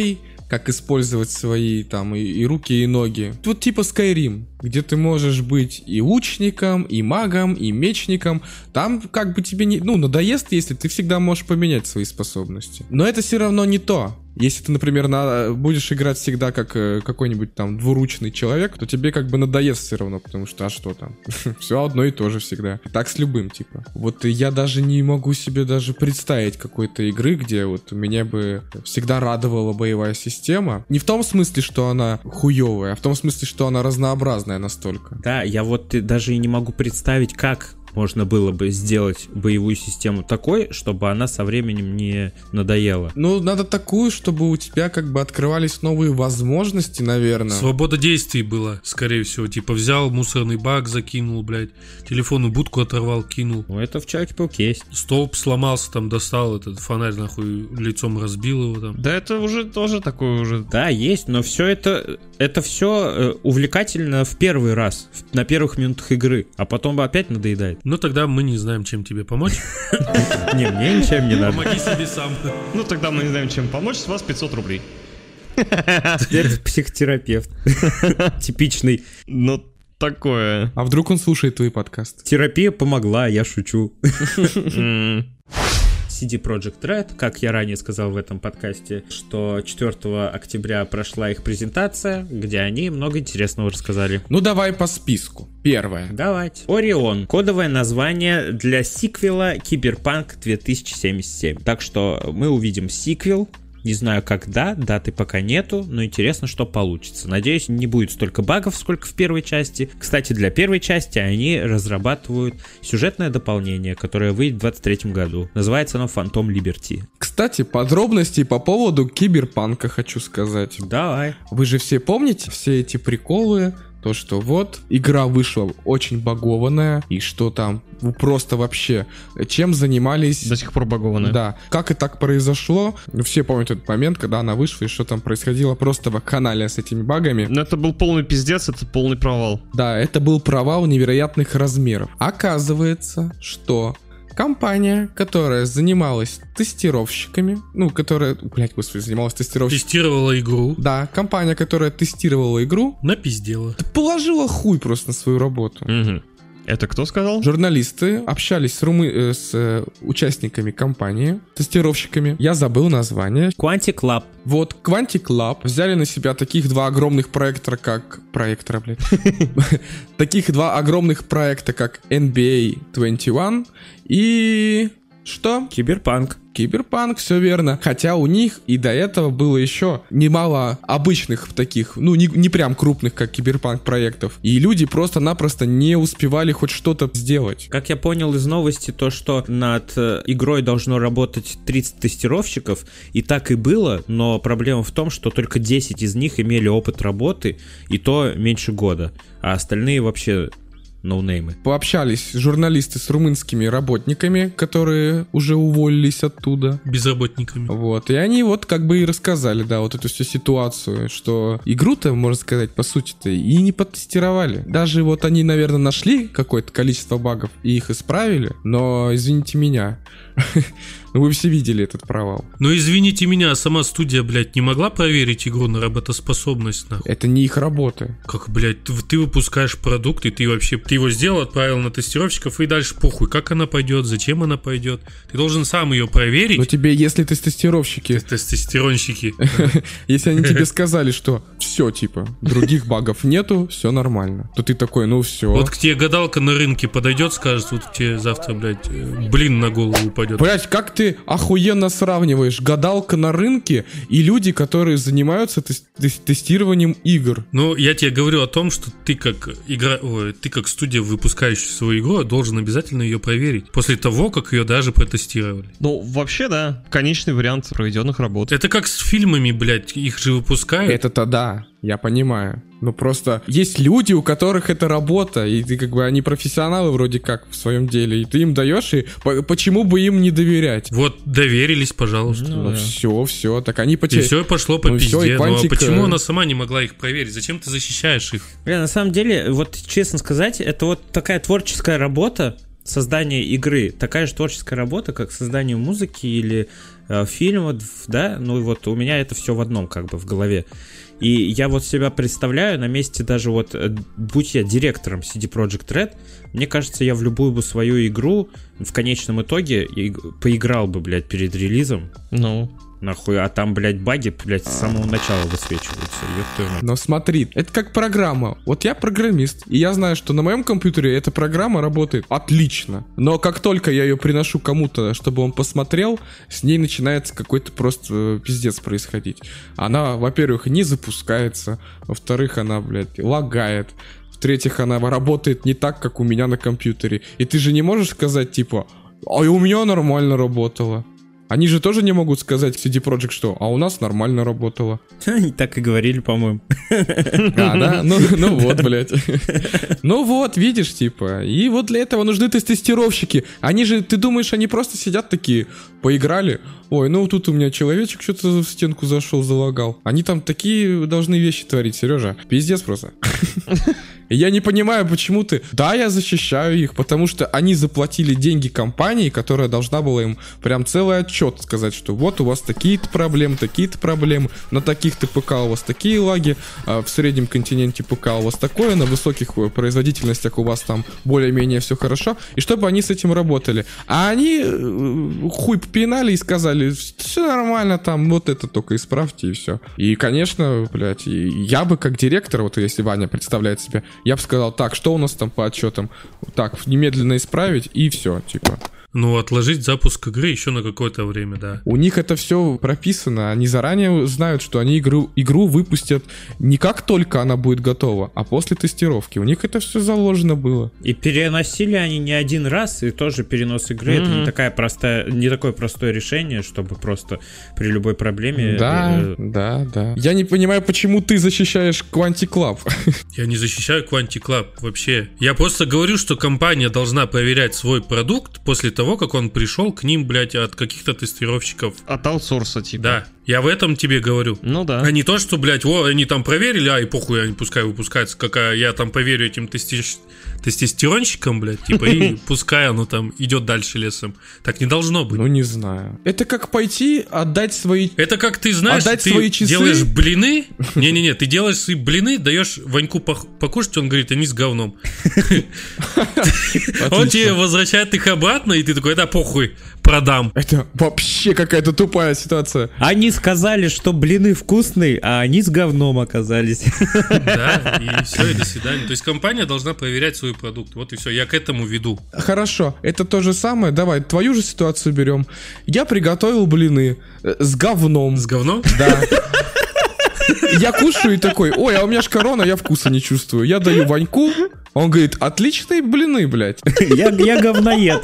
как использовать свои там и руки, и ноги. Тут типа Skyrim, где ты можешь быть и лучником, и магом, и мечником. Там как бы тебе не... надоест, если ты всегда можешь поменять свои способности. Но это все равно не то. Если ты, например, будешь играть всегда как какой-нибудь там двуручный человек, то тебе как бы надоест все равно, потому что, а что там? Все одно и то же всегда. Так с любым, типа. Вот я даже не могу себе даже представить какой-то игры, где вот меня бы всегда радовала боевая система. Не в том смысле, что она хуевая, а в том смысле, что она разнообразная настолько. Да, я вот даже и не могу представить, как можно было бы сделать боевую систему такой, чтобы она со временем не надоела. Надо такую, чтобы у тебя как бы открывались новые возможности, наверное. Свобода действий была, скорее всего. Типа взял мусорный бак, закинул, блядь, телефонную будку оторвал, кинул. Это в Человеке-пауке есть. Столб сломался, там достал этот фонарь, нахуй, лицом разбил его там. Да это уже тоже такое уже. Да, есть, но все это все увлекательно в первый раз, на первых минутах игры, а потом опять надоедает. Ну тогда мы не знаем, чем тебе помочь. Не, мне ничем не надо. Помоги себе сам. Ну тогда мы не знаем, чем помочь, с вас 500 рублей. Это психотерапевт. Типичный. Ну, такое. А вдруг он слушает твой подкаст? Терапия помогла, я шучу. CD Projekt Red, как я ранее сказал в этом подкасте, что 4 октября прошла их презентация, где они много интересного рассказали. Давай по списку. Первое. Давайте. Орион. Кодовое название для сиквела Cyberpunk 2077. Так что мы увидим сиквел. Не знаю когда, даты пока нету, но интересно, что получится. Надеюсь, не будет столько багов, сколько в первой части. Кстати, для первой части они разрабатывают сюжетное дополнение, которое выйдет в 2023 году. Называется оно Phantom Liberty. Кстати, подробностей по поводу Киберпанка хочу сказать. Давай. Вы же все помните все эти приколы? То, что вот, игра вышла очень багованная, и что там просто вообще, чем занимались... До сих пор багованная. Да. Как и так произошло, все помнят этот момент, когда она вышла, и что там происходило просто в канале с этими багами. Но это был полный пиздец, это полный провал. Да, это был провал невероятных размеров. Оказывается, что... компания, которая занималась тестировщиками, занималась тестировщиками. Тестировала игру. Да, компания, которая тестировала игру, напиздела. Положила хуй просто на свою работу. Угу. Это кто сказал? Журналисты общались с участниками компании, тестировщиками. Я забыл название. Quantic Lab. Вот, Quantic Lab взяли на себя таких два огромных проекта, как... Таких два огромных проекта, как NBA 21 и... Что? Киберпанк. Киберпанк, все верно. Хотя у них и до этого было еще немало обычных таких, не прям крупных, как Киберпанк проектов. И люди просто-напросто не успевали хоть что-то сделать. Как я понял из новости, то, что над игрой должно работать 30 тестировщиков, и так и было, но проблема в том, что только 10 из них имели опыт работы, и то меньше года, а остальные вообще... ноунеймы. Пообщались журналисты с румынскими работниками, которые уже уволились оттуда. Безработниками. Вот, и они вот как бы и рассказали, да, вот эту всю ситуацию, что игру-то, можно сказать, по сути-то и не потестировали. Даже вот они, наверное, нашли какое-то количество багов и их исправили, но, извините меня, вы все видели этот провал. Но извините меня, сама студия, блядь, не могла проверить игру на работоспособность, нахуй? Это не их работа. Как, блядь, ты выпускаешь продукт, и ты его сделал, отправил на тестировщиков, и дальше похуй, как она пойдет, зачем она пойдет. Ты должен сам ее проверить. Но тебе, если тестировщики... Тестостеронщики. Если они тебе сказали, что все, типа, других багов нету, все нормально, то ты такой, все. Вот к тебе гадалка на рынке подойдет, скажет, вот тебе завтра, блядь, блин на голову упадет. Блядь, как ты охуенно сравниваешь гадалка на рынке и люди, которые занимаются тестированием игр. Ну, я тебе говорю о том, что ты как студия, выпускающая свою игру, должен обязательно ее проверить. После того, как ее даже протестировали. Ну, вообще, да. Конечный вариант проведенных работ. Это как с фильмами, блядь, их же выпускают. Это-то да, я понимаю. Ну просто есть люди, у которых это работа, и ты как бы они профессионалы вроде как в своем деле, и ты им даешь, и почему бы им не доверять? Вот доверились, пожалуйста. Ну, все, так они потеряли. И все пошло по пизде. Всё, и Quantic... Ну а почему она сама не могла их проверить? Зачем ты защищаешь их? На самом деле, вот честно сказать, это вот такая творческая работа, создание игры, такая же творческая работа, как создание музыки или фильмов, да, ну вот у меня это все в одном как бы в голове. И я вот себя представляю на месте даже вот, будь я директором CD Projekt Red, мне кажется, я в любую бы свою игру в конечном итоге поиграл бы, блядь, перед релизом. Ну... Нахуй, а там, блядь, баги, блядь, с самого начала высвечиваются. Но смотри, это как программа. Вот я программист, и я знаю, что на моем компьютере эта программа работает отлично. Но как только я ее приношу кому-то, чтобы он посмотрел, с ней начинается какой-то просто пиздец происходить. Она, во-первых, не запускается, во-вторых, она, блядь, лагает. В-третьих, она работает не так, как у меня на компьютере. И ты же не можешь сказать, типа, а и у меня нормально работало. Они же тоже не могут сказать CD Projekt, что «а у нас нормально работало». Они так и говорили, по-моему. А, да? Ну вот, блядь. Ну вот, видишь, типа. И вот для этого нужны тестировщики. Они же, ты думаешь, они просто сидят такие, поиграли. Ой, ну тут у меня человечек что-то в стенку зашел, залагал. Они там такие должны вещи творить, Сережа. Пиздец просто. Я не понимаю, почему ты... Да, я защищаю их, потому что они заплатили деньги компании, которая должна была им прям целый отчет сказать, что вот у вас такие-то проблемы, на таких-то ПК у вас такие лаги, в среднем континенте ПК у вас такое, на высоких производительностях у вас там более-менее все хорошо, и чтобы они с этим работали. А они хуй попинали и сказали, все нормально там, вот это только исправьте и все. И, конечно, блядь, я бы как директор, вот если Ваня представляет себе, я бы сказал, так, что у нас там по отчетам? Так, немедленно исправить и все, типа. Ну, отложить запуск игры еще на какое-то время, да. У них это все прописано, они заранее знают, что они игру выпустят не как только она будет готова, а после тестировки. У них это все заложено было. И переносили они не один раз, и тоже перенос игры это не такое простое решение, чтобы просто при любой проблеме... Да. Я не понимаю, почему ты защищаешь Quantic Club. Я не защищаю Quantic Club вообще. Я просто говорю, что компания должна проверять свой продукт после того, как он пришел к ним, блядь, от каких-то тестировщиков. От аутсорса, типа. Да, я в этом тебе говорю. Ну да. А не то, что, блядь, они там проверили, и похуй, они пускай выпускаются, какая я там поверю этим тестировщикам, блядь, типа, и пускай оно там идет дальше лесом. Так не должно быть. Ну, не знаю. Это как пойти отдать свои... Это как ты знаешь, отдать ты свои часы? делаешь блины. Не-не-не, ты делаешь свои блины, даешь Ваньку покушать, он говорит, они с говном. Он тебе возвращает их обратно, и ты такой, да похуй, продам. Это вообще какая-то тупая ситуация. Они сказали, что блины вкусные, а они с говном оказались. Да, и все, и до свидания. То есть компания должна проверять свой продукт. Вот и все, я к этому веду. Хорошо, это то же самое. Давай, твою же ситуацию берем. Я приготовил блины с говном. С говном? Да. Я кушаю и такой, ой, а у меня ж корона, я вкуса не чувствую. Я даю Ваньку, он говорит, отличные блины, блядь. Я говноед.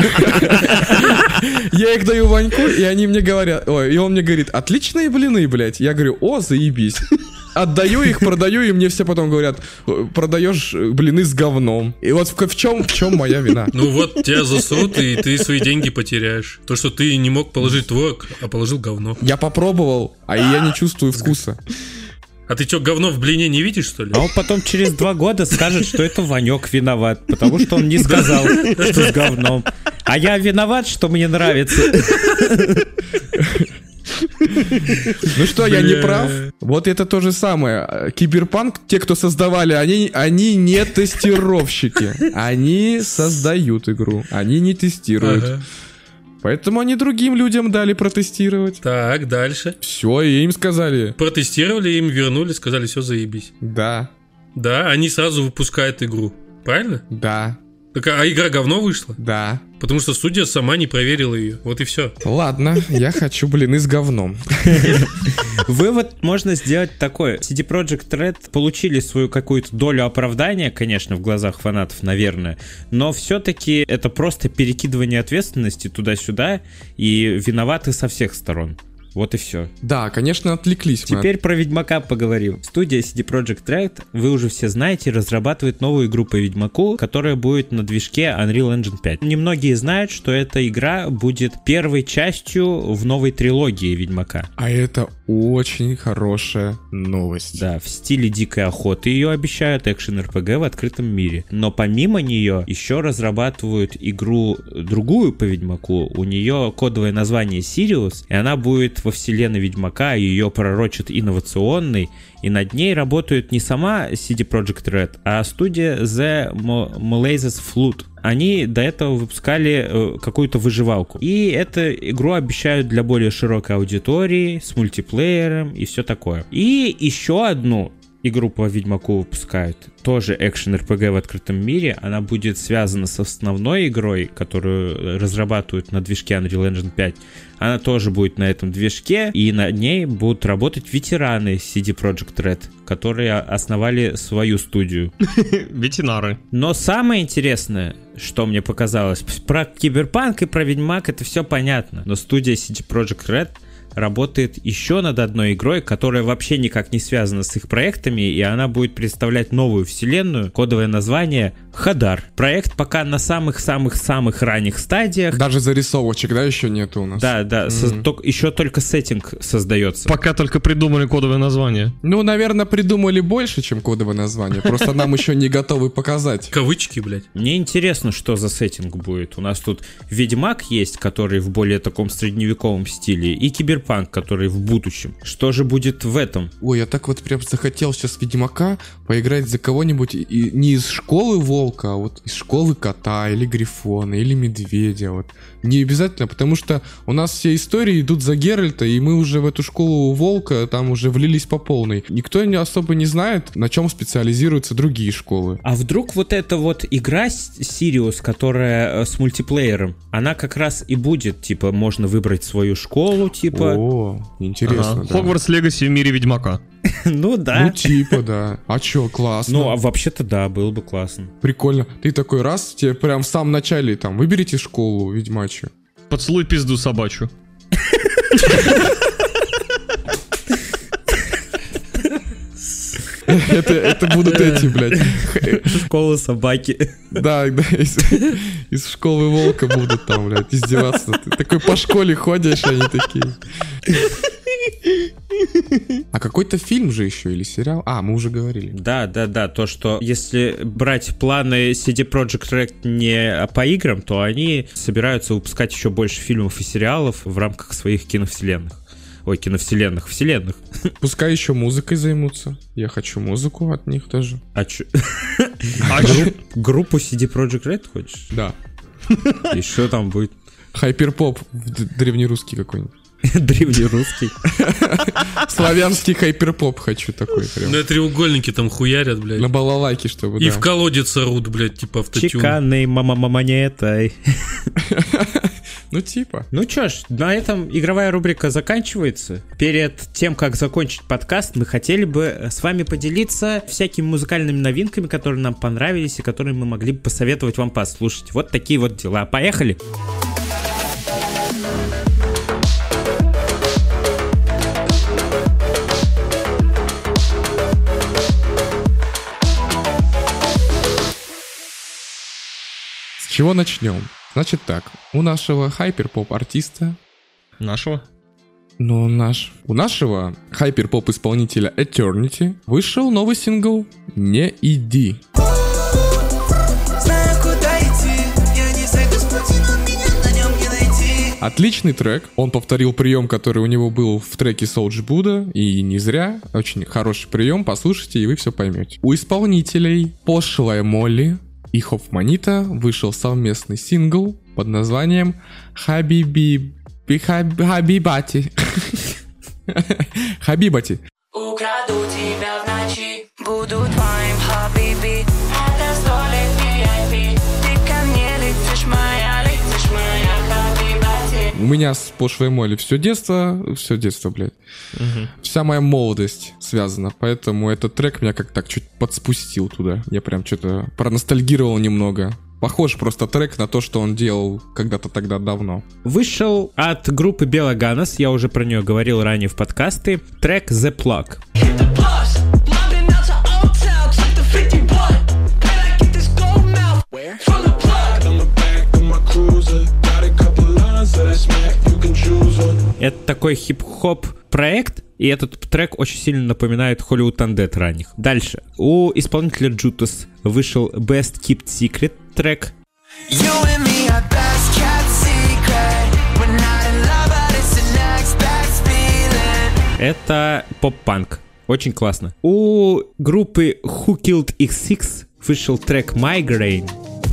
Я их даю Ваньку, и они мне говорят, ой, и он мне говорит, отличные блины, блядь. Я говорю, о, заебись. Отдаю их, продаю, и мне все потом говорят, продаешь блины с говном. И вот в чем моя вина? Ну вот, тебя засрут, и ты свои деньги потеряешь. То, что ты не мог положить творог, а положил говно. Я попробовал, а я не чувствую вкуса. А ты что, говно в блине не видишь, что ли? А он потом через 2 года скажет, что это Ванек виноват, потому что он не сказал, что с говном. А я виноват, что мне нравится. Ну что, я не прав? Вот это то же самое. Киберпанк, те, кто создавали, они не тестировщики. Они создают игру, они не тестируют. Ага. Поэтому они другим людям дали протестировать. Так, дальше. Все, и им сказали. Протестировали, им вернули, сказали, все, заебись. Да. Да, они сразу выпускают игру. Правильно? Да. Так, а игра говно вышла? Да. Потому что студия сама не проверила ее. Вот и все. Ладно, я хочу блины с говном. Вывод можно сделать такой. CD Projekt Red получили свою какую-то долю оправдания, конечно, в глазах фанатов, наверное, но все-таки это просто перекидывание ответственности туда-сюда, и виноваты со всех сторон. Вот и все. Да, конечно, отвлеклись мы. Теперь про Ведьмака поговорим. Студия CD Projekt Red, вы уже все знаете, разрабатывает новую игру по Ведьмаку, которая будет на движке Unreal Engine 5. Немногие знают, что эта игра будет первой частью в новой трилогии Ведьмака. А это очень хорошая новость. Да, в стиле дикой охоты ее обещают, экшен-РПГ в открытом мире. Но помимо нее еще разрабатывают игру другую по Ведьмаку. У нее кодовое название Sirius, и она будет во вселенной Ведьмака, ее пророчат инновационной, и над ней работают не сама CD Projekt Red, а студия The Molasses Flood. Они до этого выпускали какую-то выживалку. И эту игру обещают для более широкой аудитории, с мультиплеером и все такое. И еще одну игру по Ведьмаку выпускают. Тоже экшен-РПГ в открытом мире. Она будет связана с основной игрой, которую разрабатывают на движке Unreal Engine 5. Она тоже будет на этом движке, и на ней будут работать ветераны CD Projekt Red, которые основали свою студию. Ветеринары. Но самое интересное, что мне показалось, про Киберпанк и про Ведьмак это все понятно. Но студия CD Projekt Red работает еще над одной игрой, которая вообще никак не связана с их проектами, и она будет представлять новую вселенную. Кодовое название Хадар. Проект пока на самых-самых-самых ранних стадиях. Даже зарисовочек, да, еще нету у нас? Да, еще только сеттинг создается. Пока только придумали кодовое название. Ну, наверное, придумали больше, чем кодовое название. Просто нам еще не готовы показать. Кавычки, блядь. Мне интересно, что за сеттинг будет. У нас тут Ведьмак есть, который в более таком средневековом стиле, и Киберпанк, который в будущем. Что же будет в этом? Ой, я так вот прям захотел сейчас Ведьмака поиграть за кого-нибудь и не из школы волка, а вот из школы кота, или грифона, или медведя. Вот. Не обязательно, потому что у нас все истории идут за Геральта, и мы уже в эту школу волка там уже влились по полной. Никто особо не знает, на чем специализируются другие школы. А вдруг вот эта вот игра Sirius, которая с мультиплеером, она как раз и будет, типа, можно выбрать свою школу, типа... О, интересно, да. Хогвартс Легаси в мире Ведьмака. Ну да. Ну типа, да. А чё, классно. Ну, а вообще-то да, было бы классно. Прикольно. Ты такой раз, тебе прям в самом начале там, выберите школу ведьмачью. Поцелуй пизду собачью. Это будут эти, блядь. Школа собаки. Да, из школы волка будут там, блядь, издеваться. Ты такой по школе ходишь, они такие. А какой-то фильм же еще или сериал? А, мы уже говорили. Да, то, что если брать планы CD Projekt Red не по играм, то они собираются выпускать еще больше фильмов и сериалов в рамках своих киновселенных. Ой, вселенных. Пускай еще музыкой займутся. Я хочу музыку от них тоже. А чё? Группу CD Projekt Red хочешь? Да. И что там будет? Хайперпоп древнерусский какой-нибудь. Древнерусский. Славянский хайперпоп хочу такой прям. На треугольники там хуярят, блядь. На балалайке, чтобы, И да. в колодец орут, блядь, типа автотюн. Чеканной монетой. Ну типа. Ну чё ж, на этом игровая рубрика заканчивается. Перед тем, как закончить подкаст, мы хотели бы с вами поделиться всякими музыкальными новинками, которые нам понравились и которые мы могли бы посоветовать вам послушать. Вот такие вот дела. Поехали! С чего начнем? Значит так, у нашего хайперпоп-артиста... Нашего? Ну, у нашего хайперпоп-исполнителя Eternity вышел новый сингл «Не иди». Отличный трек. Он повторил прием, который у него был в треке Soulja Buddha, и не зря. Очень хороший прием. Послушайте, и вы все поймете. У исполнителей Пошлая Молли и Хофманита вышел совместный сингл под названием Хабибати. Хабибати. Украду тебя в ночи, буду твоим хабиби. Это столик VIP, ты ко мне летишь моя хабибати. У меня с Пошлой Молли все детство, блядь. Вся моя молодость связана, поэтому этот трек меня как так чуть подспустил туда. Я прям что-то проностальгировал немного. Похож просто трек на то, что он делал когда-то тогда давно. Вышел от группы Белоганос, я уже про нее говорил ранее в подкасты, трек The Plug. Это такой хип-хоп проект, и этот трек очень сильно напоминает Hollywood Undead ранних. Дальше. У исполнителя Jutas вышел Best Kept Secret трек. Это поп-панк. Очень классно. У группы Who Killed X6 вышел трек Migraine.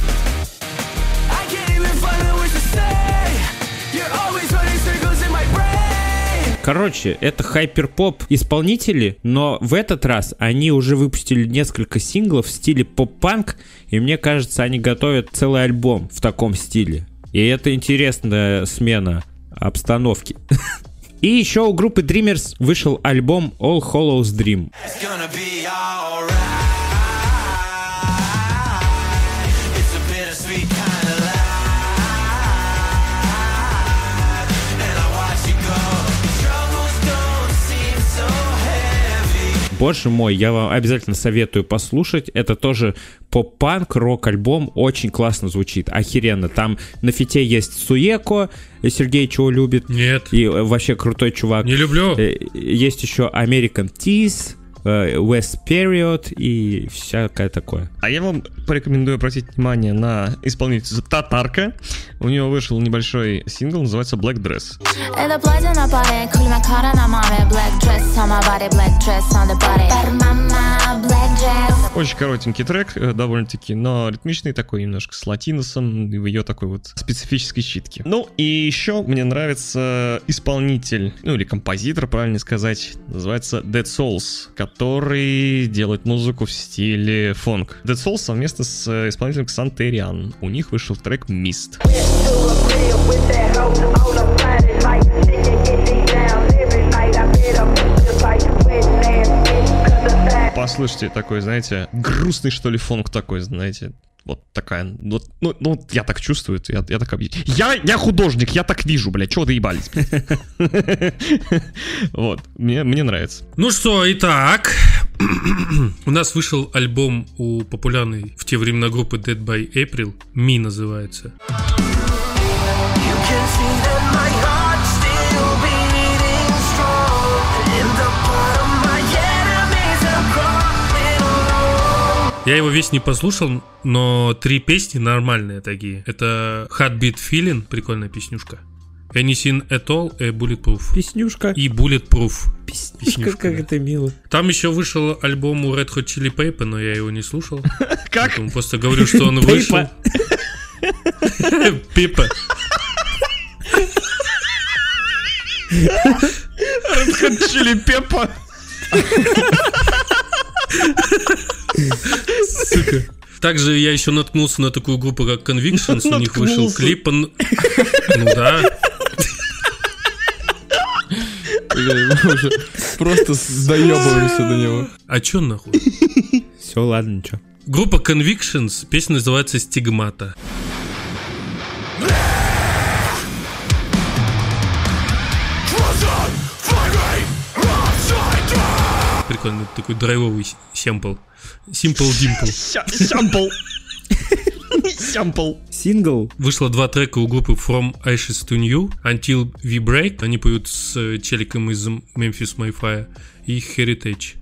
Короче, это хайпер-поп исполнители, но в этот раз они уже выпустили несколько синглов в стиле поп-панк, и мне кажется, они готовят целый альбом в таком стиле. И это интересная смена обстановки. И еще у группы Dreamers вышел альбом All Hallows Dream. Боже мой, я вам обязательно советую послушать. Это тоже поп-панк, рок-альбом. Очень классно звучит, охеренно. Там на фите есть Суеко, Сергей чего любит. Нет. И вообще крутой чувак. Не люблю. Есть еще American Tease, West Period и всякое такое. А я вам порекомендую обратить внимание на исполнительницу Татарка. У нее вышел небольшой сингл, называется Black Dress. Очень коротенький трек, довольно-таки, но ритмичный такой, немножко с латиносом, в ее такой вот специфической щитке. Ну и еще мне нравится исполнитель, ну или композитор, правильно сказать, называется Dead Souls, который делает музыку в стиле фонк. Dead Souls совместно с исполнителем Xanterian. У них вышел трек Mist. Послушайте, такой, знаете, грустный, что ли, фонк такой, знаете. Вот такая, вот, ну, я так чувствую, я так объясню. Я художник, я так вижу, блядь, чего доебались? Вот, мне нравится. Ну что, итак, у нас вышел альбом у популярной в те времена группы Dead by April, Me называется. Я его весь не послушал, но 3 песни нормальные такие. Это Heartbeat Feeling, прикольная песнюшка. Anything at All и Bulletproof. Песнюшка. И Bulletproof. Песнюшка, как да. это мило. Там еще вышел альбом у Red Hot Chili Peppers, но я его не слушал. Как? Поэтому просто говорю, что он вышел. Пипа. Red Hot Chili Peppers. Сука. Также я еще наткнулся на такую группу, как Convictions. У них вышел клип. Ну да. Мы уже просто доебываемся до него. А чё нахуй? Все, ладно, ничего. Группа Convictions, песня называется «Стигмата». Прикольный такой драйвовый сэмпл. Simple Dimple. Сэмпл. Сингл. Вышло 2 трека у группы From Ashes to New, Until We Break. Они поют с челиком из Memphis Mayfire и Heritage.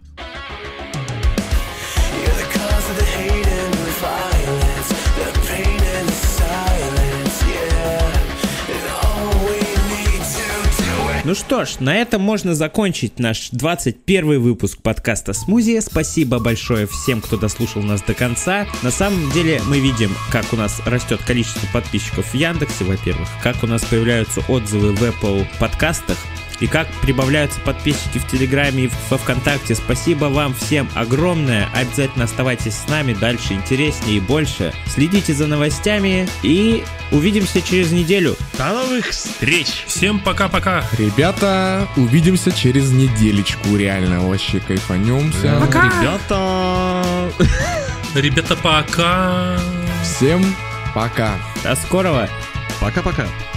Ну что ж, на этом можно закончить наш 21 выпуск подкаста «Смузи». Спасибо большое всем, кто дослушал нас до конца. На самом деле мы видим, как у нас растет количество подписчиков в Яндексе, во-первых, как у нас появляются отзывы в Apple подкастах, и как прибавляются подписчики в Телеграме и во Вконтакте. Спасибо вам всем огромное. Обязательно оставайтесь с нами, дальше интереснее и больше. Следите за новостями и увидимся через неделю. До новых встреч. Всем пока-пока. Ребята, увидимся через неделечку. Реально вообще кайфанемся. Ребята. Ребята, пока. Всем Пока. До скорого. Пока-пока.